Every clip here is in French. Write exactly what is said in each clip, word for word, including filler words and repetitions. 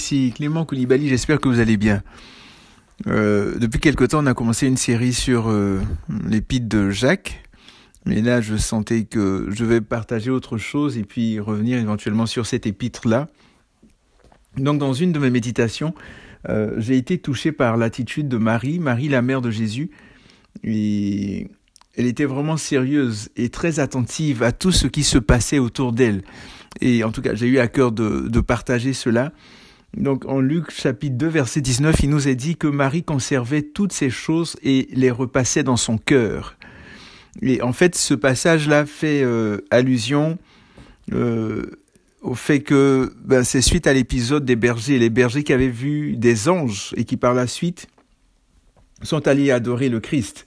ici Clément Koulibaly, j'espère que vous allez bien. Euh, depuis quelque temps, on a commencé une série sur euh, l'épître de Jacques, mais là, je sentais que je vais partager autre chose et puis revenir éventuellement sur cette épître-là. Donc, dans une de mes méditations, euh, j'ai été touché par l'attitude de Marie, Marie, la mère de Jésus, et elle était vraiment sérieuse et très attentive à tout ce qui se passait autour d'elle. Et en tout cas, j'ai eu à cœur de, de partager cela. Donc, en Luc chapitre deux, verset dix-neuf, il nous est dit que Marie conservait toutes ces choses et les repassait dans son cœur. Et en fait, ce passage-là fait euh, allusion euh, au fait que ben, c'est suite à l'épisode des bergers, les bergers qui avaient vu des anges et qui par la suite sont allés adorer le Christ.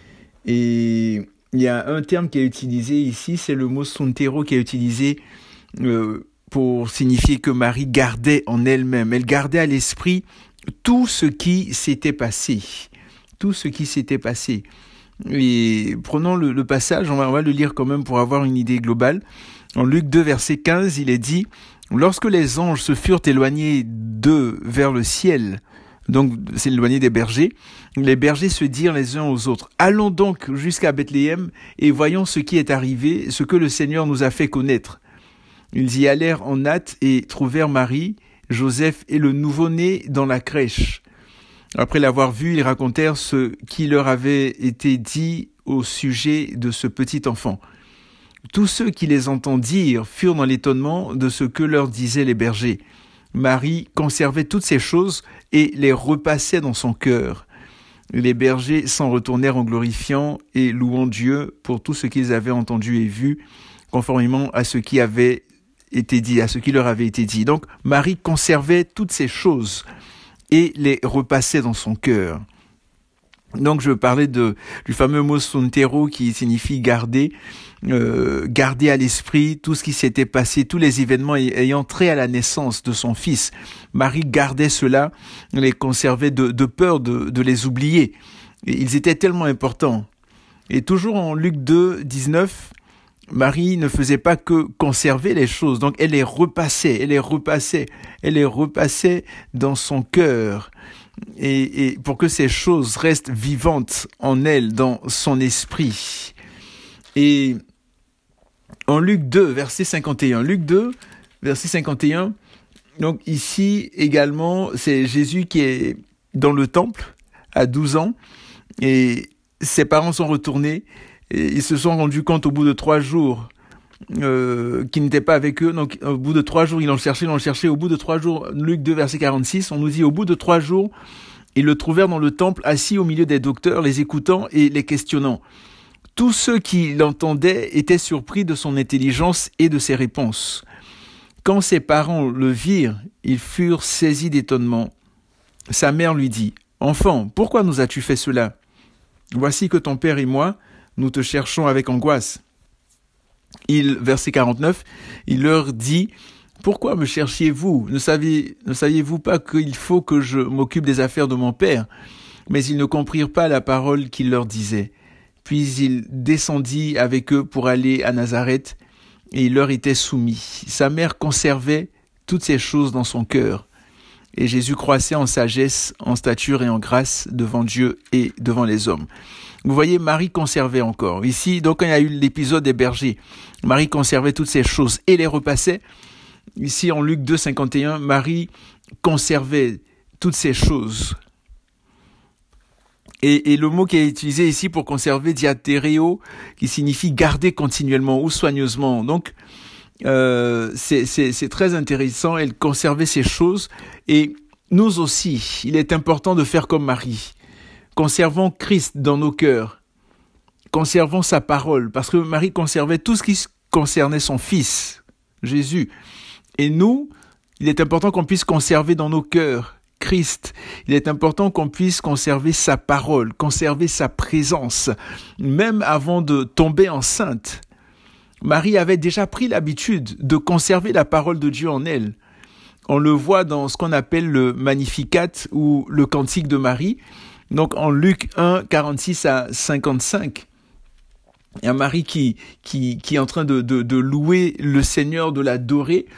Et il y a un terme qui est utilisé ici, c'est le mot sontero qui est utilisé euh, pour signifier que Marie gardait en elle-même, elle gardait à l'esprit tout ce qui s'était passé, tout ce qui s'était passé. Et prenons le, le passage, on va, on va le lire quand même pour avoir une idée globale. En Luc deux, verset quinze, il est dit « Lorsque les anges se furent éloignés d'eux vers le ciel », donc c'est éloigné des bergers, les bergers se dirent les uns aux autres « Allons donc jusqu'à Bethléem et voyons ce qui est arrivé, ce que le Seigneur nous a fait connaître. » Ils y allèrent en hâte et trouvèrent Marie, Joseph et le nouveau-né dans la crèche. Après l'avoir vu, ils racontèrent ce qui leur avait été dit au sujet de ce petit enfant. Tous ceux qui les entendirent furent dans l'étonnement de ce que leur disaient les bergers. Marie conservait toutes ces choses et les repassait dans son cœur. Les bergers s'en retournèrent en glorifiant et louant Dieu pour tout ce qu'ils avaient entendu et vu, conformément à ce qui avait été dit, à ce qui leur avait été dit. Donc, Marie conservait toutes ces choses et les repassait dans son cœur. Donc, je parlais de, du fameux mot sontero qui signifie garder, euh, garder à l'esprit tout ce qui s'était passé, tous les événements ayant trait à la naissance de son fils. Marie gardait cela, les conservait de, de peur de, de les oublier. Et ils étaient tellement importants. Et toujours en Luc deux, dix-neuf, Marie ne faisait pas que conserver les choses, donc elle les repassait, elle les repassait, elle les repassait dans son cœur, et, et pour que ces choses restent vivantes en elle, dans son esprit. Et en Luc deux, verset cinquante et un, Luc deux, verset cinquante et un, donc ici également, c'est Jésus qui est dans le temple à douze ans, et ses parents sont retournés. Et ils se sont rendus compte au bout de trois jours euh, qu'il n'était pas avec eux. Donc, au bout de trois jours, ils l'ont cherché, ils l'ont cherché. Au bout de trois jours, Luc deux, verset quarante-six, on nous dit, au bout de trois jours, ils le trouvèrent dans le temple, assis au milieu des docteurs, les écoutant et les questionnant. Tous ceux qui l'entendaient étaient surpris de son intelligence et de ses réponses. Quand ses parents le virent, ils furent saisis d'étonnement. Sa mère lui dit, « Enfant, pourquoi nous as-tu fait cela? Voici que ton père et moi, nous te cherchons avec angoisse. » Il, verset quarante-neuf, il leur dit, « Pourquoi me cherchiez-vous? Ne saviez, ne saviez-vous pas qu'il faut que je m'occupe des affaires de mon père? » Mais ils ne comprirent pas la parole qu'il leur disait. Puis il descendit avec eux pour aller à Nazareth, et il leur était soumis. Sa mère conservait toutes ces choses dans son cœur. Et Jésus croissait en sagesse, en stature et en grâce devant Dieu et devant les hommes. Vous voyez, Marie conservait encore. Ici, donc, quand il y a eu l'épisode des bergers, Marie conservait toutes ces choses et les repassait. Ici, en Luc deux, cinquante et un, Marie conservait toutes ces choses. Et, et le mot qui est utilisé ici pour conserver, diatéréo, qui signifie garder continuellement ou soigneusement. Donc, euh, c'est, c'est, c'est très intéressant. Elle conservait ces choses. Et nous aussi, il est important de faire comme Marie. Conservons Christ dans nos cœurs, conservons sa parole, parce que Marie conservait tout ce qui concernait son fils, Jésus. Et nous, il est important qu'on puisse conserver dans nos cœurs Christ. Il est important qu'on puisse conserver sa parole, conserver sa présence, même avant de tomber enceinte. Marie avait déjà pris l'habitude de conserver la parole de Dieu en elle. On le voit dans ce qu'on appelle le Magnificat ou le Cantique de Marie. Donc en Luc un, quarante-six à cinquante-cinq, il y a Marie qui, qui, qui est en train de, de, de louer le Seigneur, de l'adorer,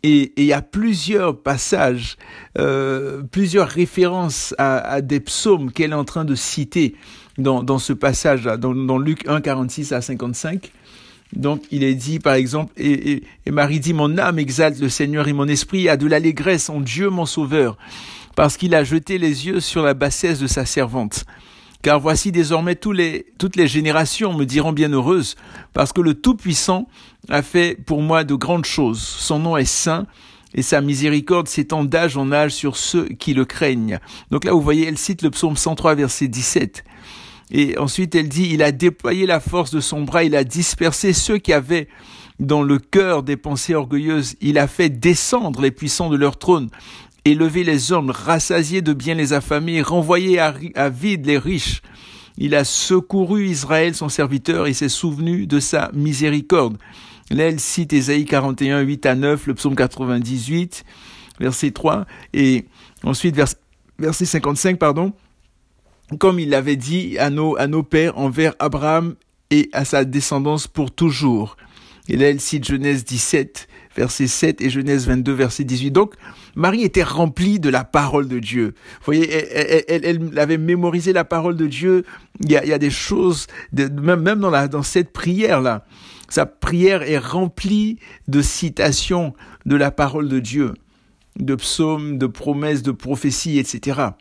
Et il y a plusieurs passages, euh, plusieurs références à, à des psaumes qu'elle est en train de citer dans, dans ce passage-là, dans, dans Luc un, quarante-six à cinquante-cinq. Donc, il est dit, par exemple, et, et, et Marie dit, « Mon âme exalte le Seigneur et mon esprit a de l'allégresse en Dieu mon Sauveur, parce qu'il a jeté les yeux sur la bassesse de sa servante. Car voici désormais tous les, toutes les générations me diront bienheureuse, parce que le Tout-Puissant a fait pour moi de grandes choses. Son nom est saint, et sa miséricorde s'étend d'âge en âge sur ceux qui le craignent. » Donc là, vous voyez, elle cite le psaume cent trois, verset dix-sept. Et ensuite, elle dit, « Il a déployé la force de son bras, il a dispersé ceux qui avaient dans le cœur des pensées orgueilleuses. Il a fait descendre les puissants de leur trône, élevé les hommes, rassasié de biens les affamés, renvoyé à, à vide les riches. Il a secouru Israël, son serviteur, et s'est souvenu de sa miséricorde. » Là, elle cite Ésaïe quarante et un, huit à neuf, le psaume quatre-vingt-dix-huit, verset trois, et ensuite vers, verset cinquante-cinq, pardon. Comme il l'avait dit à nos, à nos pères envers Abraham et à sa descendance pour toujours. Et là, elle cite Genèse dix-sept, verset sept et Genèse vingt-deux, verset dix-huit. Donc, Marie était remplie de la parole de Dieu. Vous voyez, elle, elle, elle, elle avait mémorisé la parole de Dieu. Il y a, il y a des choses, de, même, même dans, la, dans cette prière-là, sa prière est remplie de citations de la parole de Dieu, de psaumes, de promesses, de prophéties, et cetera.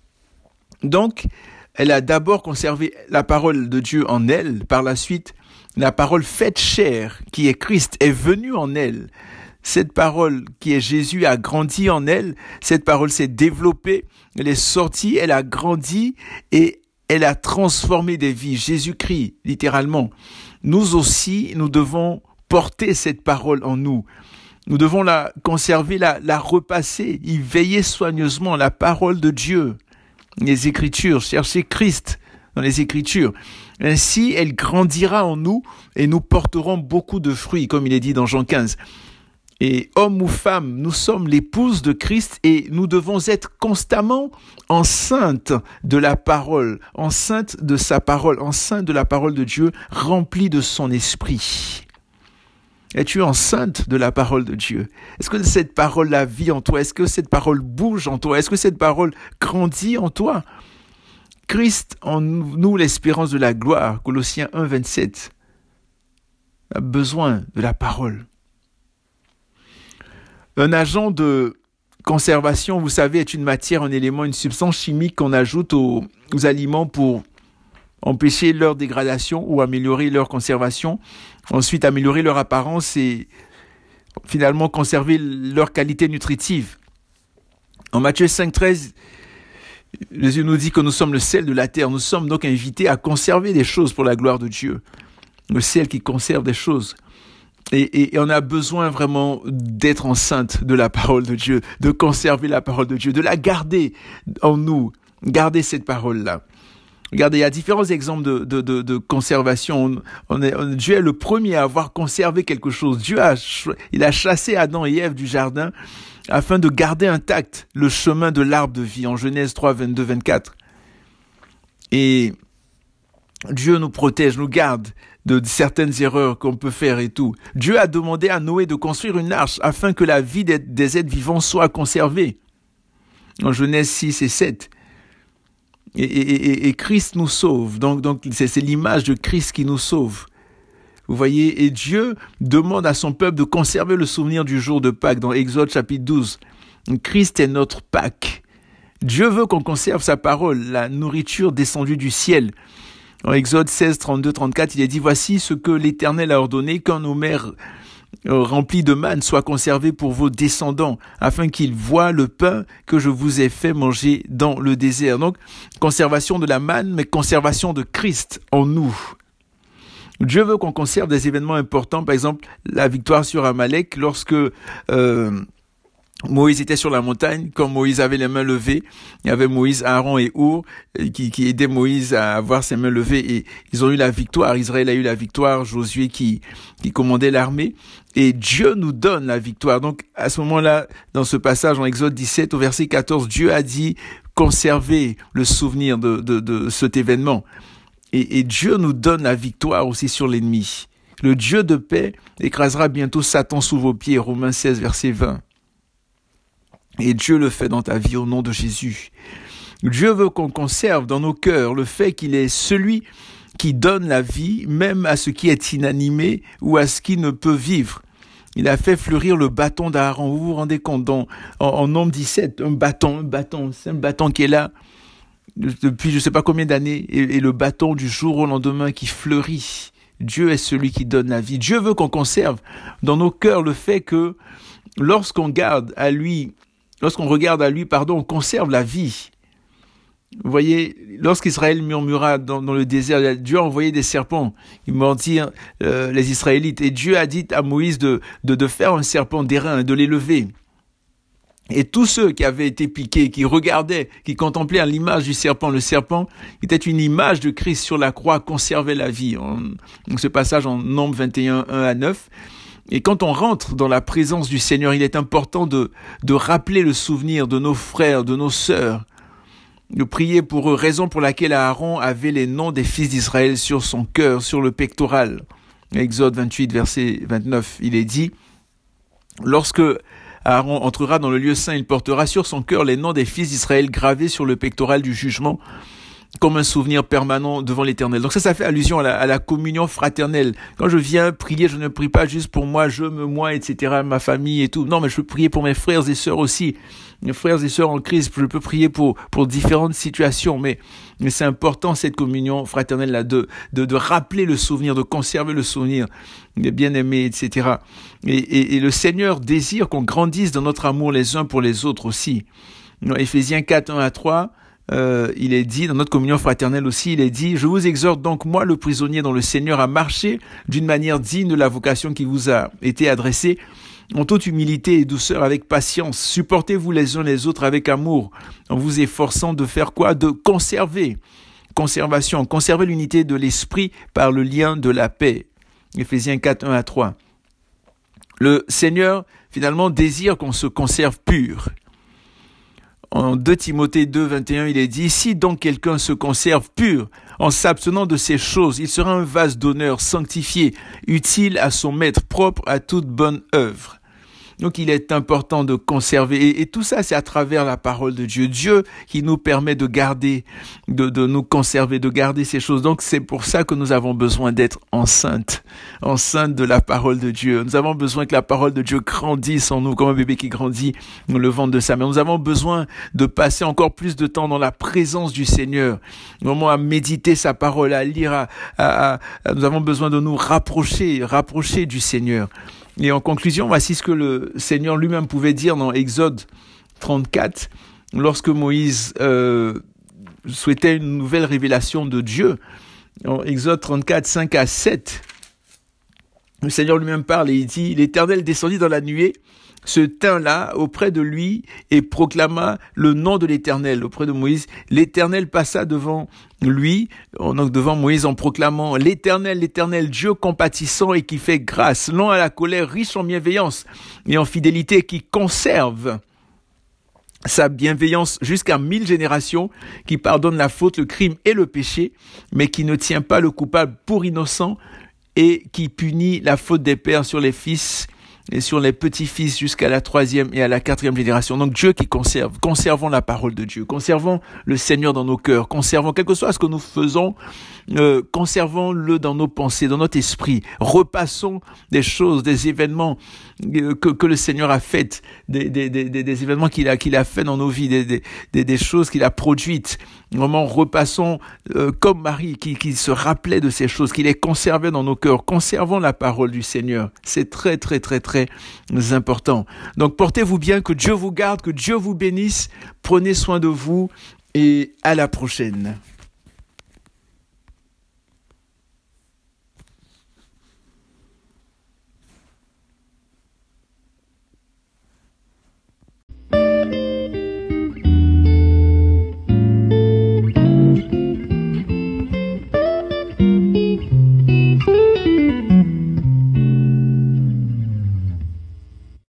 Donc, elle a d'abord conservé la parole de Dieu en elle. Par la suite, la parole faite chair, qui est Christ, est venue en elle. Cette parole qui est Jésus a grandi en elle. Cette parole s'est développée. Elle est sortie, elle a grandi et elle a transformé des vies. Jésus-Christ, littéralement. Nous aussi, nous devons porter cette parole en nous. Nous devons la conserver, la, la repasser, y veiller soigneusement, la parole de Dieu. Les Écritures, chercher Christ dans les Écritures. Ainsi, elle grandira en nous et nous porterons beaucoup de fruits, comme il est dit dans Jean quinze. Et homme ou femme, nous sommes l'épouse de Christ et nous devons être constamment enceintes de la parole, enceintes de sa parole, enceintes de la parole de Dieu, remplie de son esprit. Es-tu enceinte de la parole de Dieu? Est-ce que cette parole-là vit en toi? Est-ce que cette parole bouge en toi? Est-ce que cette parole grandit en toi? Christ en nous l'espérance de la gloire, Colossiens un, vingt-sept, a besoin de la parole. Un agent de conservation, vous savez, est une matière, un élément, une substance chimique qu'on ajoute aux, aux aliments pour empêcher leur dégradation ou améliorer leur conservation, ensuite améliorer leur apparence et finalement conserver leur qualité nutritive. En Matthieu cinq, treize, Jésus nous dit que nous sommes le sel de la terre. Nous sommes donc invités à conserver des choses pour la gloire de Dieu. Le sel qui conserve des choses. Et, et, et on a besoin vraiment d'être enceinte de la parole de Dieu, de conserver la parole de Dieu, de la garder en nous, garder cette parole-là. Regardez, il y a différents exemples de, de, de, de conservation. On, on est, on, Dieu est le premier à avoir conservé quelque chose. Dieu a, il a chassé Adam et Ève du jardin afin de garder intact le chemin de l'arbre de vie en Genèse trois, vingt-deux, vingt-quatre. Et Dieu nous protège, nous garde de certaines erreurs qu'on peut faire et tout. Dieu a demandé à Noé de construire une arche afin que la vie des, des êtres vivants soit conservée. En Genèse six et sept. Et, et, et Christ nous sauve. Donc, donc c'est, c'est l'image de Christ qui nous sauve. Vous voyez, et Dieu demande à son peuple de conserver le souvenir du jour de Pâques dans Exode chapitre douze. Christ est notre Pâques. Dieu veut qu'on conserve sa parole, la nourriture descendue du ciel. En Exode seize, trente-deux, trente-quatre, il est dit, voici ce que l'Éternel a ordonné, quand nos mers remplis de manne soient conservés pour vos descendants, afin qu'ils voient le pain que je vous ai fait manger dans le désert. Donc, conservation de la manne, mais conservation de Christ en nous. Dieu veut qu'on conserve des événements importants, par exemple la victoire sur Amalek, lorsque euh, Moïse était sur la montagne, quand Moïse avait les mains levées, il y avait Moïse, Aaron et Our qui, qui aidaient Moïse à avoir ses mains levées et ils ont eu la victoire. Israël a eu la victoire, Josué qui, qui commandait l'armée et Dieu nous donne la victoire. Donc à ce moment-là, dans ce passage en Exode dix-sept au verset quatorze, Dieu a dit conservez le souvenir de, de, de cet événement. Et, et Dieu nous donne la victoire aussi sur l'ennemi. Le Dieu de paix écrasera bientôt Satan sous vos pieds. Romains seize, verset vingt. Et Dieu le fait dans ta vie au nom de Jésus. Dieu veut qu'on conserve dans nos cœurs le fait qu'il est celui qui donne la vie, même à ce qui est inanimé ou à ce qui ne peut vivre. Il a fait fleurir le bâton d'Aaron. Vous vous rendez compte, dans, en, en Nombre dix-sept, un bâton, un bâton, c'est un bâton qui est là depuis je ne sais pas combien d'années, et, et le bâton du jour au lendemain qui fleurit. Dieu est celui qui donne la vie. Dieu veut qu'on conserve dans nos cœurs le fait que lorsqu'on garde à lui, lorsqu'on regarde à lui, pardon, on conserve la vie. Vous voyez, lorsqu'Israël murmura dans, dans le désert, Dieu a envoyé des serpents, ils mordirent euh, les Israélites. Et Dieu a dit à Moïse de, de, de faire un serpent d'airain, de l'élever. Et tous ceux qui avaient été piqués, qui regardaient, qui contemplaient à l'image du serpent, le serpent était une image de Christ sur la croix, conservait la vie. On, donc ce passage en Nombre vingt et un, un à neuf. Et quand on rentre dans la présence du Seigneur, il est important de, de rappeler le souvenir de nos frères, de nos sœurs, de prier pour eux, raison pour laquelle Aaron avait les noms des fils d'Israël sur son cœur, sur le pectoral. Exode vingt-huit, verset vingt-neuf, il est dit, lorsque Aaron entrera dans le lieu saint, il portera sur son cœur les noms des fils d'Israël gravés sur le pectoral du jugement, comme un souvenir permanent devant l'Éternel. Donc ça, ça fait allusion à la, à la communion fraternelle. Quand je viens prier, je ne prie pas juste pour moi, je me, moi, et cetera, ma famille et tout. Non, mais je peux prier pour mes frères et sœurs aussi. Mes frères et sœurs en Christ, je peux prier pour, pour différentes situations, mais, mais c'est important, cette communion fraternelle-là, de, de, de rappeler le souvenir, de conserver le souvenir des bien-aimés, et cetera. Et, et, et le Seigneur désire qu'on grandisse dans notre amour les uns pour les autres aussi. Dans Éphésiens quatre, un à trois, Euh, il est dit, dans notre communion fraternelle aussi, il est dit, je vous exhorte donc, moi le prisonnier dans le Seigneur, à marcher d'une manière digne de la vocation qui vous a été adressée, en toute humilité et douceur, avec patience. Supportez-vous les uns les autres avec amour, en vous efforçant de faire quoi? De conserver, conservation, conserver l'unité de l'esprit par le lien de la paix. Éphésiens quatre, un à trois. Le Seigneur, finalement, désire qu'on se conserve pur. En deux Timothée deux, vingt et un, il est dit, si donc quelqu'un se conserve pur, en s'abstenant de ces choses, il sera un vase d'honneur sanctifié, utile à son maître, propre à toute bonne œuvre. Donc il est important de conserver, et, et tout ça c'est à travers la parole de Dieu. Dieu qui nous permet de garder, de, de nous conserver, de garder ces choses. Donc c'est pour ça que nous avons besoin d'être enceintes, enceintes de la parole de Dieu. Nous avons besoin que la parole de Dieu grandisse en nous, comme un bébé qui grandit dans le ventre de sa mère. Nous avons besoin de passer encore plus de temps dans la présence du Seigneur, vraiment à méditer sa parole, à lire, à, à, à, nous avons besoin de nous rapprocher, rapprocher du Seigneur. Et en conclusion, voici ce que le Seigneur lui-même pouvait dire dans Exode trente-quatre, lorsque Moïse euh, souhaitait une nouvelle révélation de Dieu. En Exode trente-quatre, cinq à sept, le Seigneur lui-même parle et il dit, l'Éternel descendit dans la nuée, se tint là auprès de lui et proclama le nom de l'Éternel auprès de Moïse. L'Éternel passa devant lui, donc devant Moïse, en proclamant l'Éternel, l'Éternel, Dieu compatissant et qui fait grâce, lent à la colère, riche en bienveillance et en fidélité, qui conserve sa bienveillance jusqu'à mille générations, qui pardonne la faute, le crime et le péché, mais qui ne tient pas le coupable pour innocent et qui punit la faute des pères sur les fils et sur les petits-fils jusqu'à la troisième et à la quatrième génération. Donc Dieu qui conserve, conservons la parole de Dieu, conservons le Seigneur dans nos cœurs, conservons, quel que soit ce que nous faisons, euh, conservons-le dans nos pensées, dans notre esprit, repassons des choses, des événements euh, que, que le Seigneur a fait, des, des, des, des événements qu'il a, qu'il a fait dans nos vies, des, des, des, des choses qu'il a produites. Vraiment, repassons euh, comme Marie qui, qui se rappelait de ces choses, qu'il les conservait dans nos cœurs. Conservons la parole du Seigneur. C'est très, très, très, très important. Donc, portez-vous bien, que Dieu vous garde, que Dieu vous bénisse. Prenez soin de vous et à la prochaine.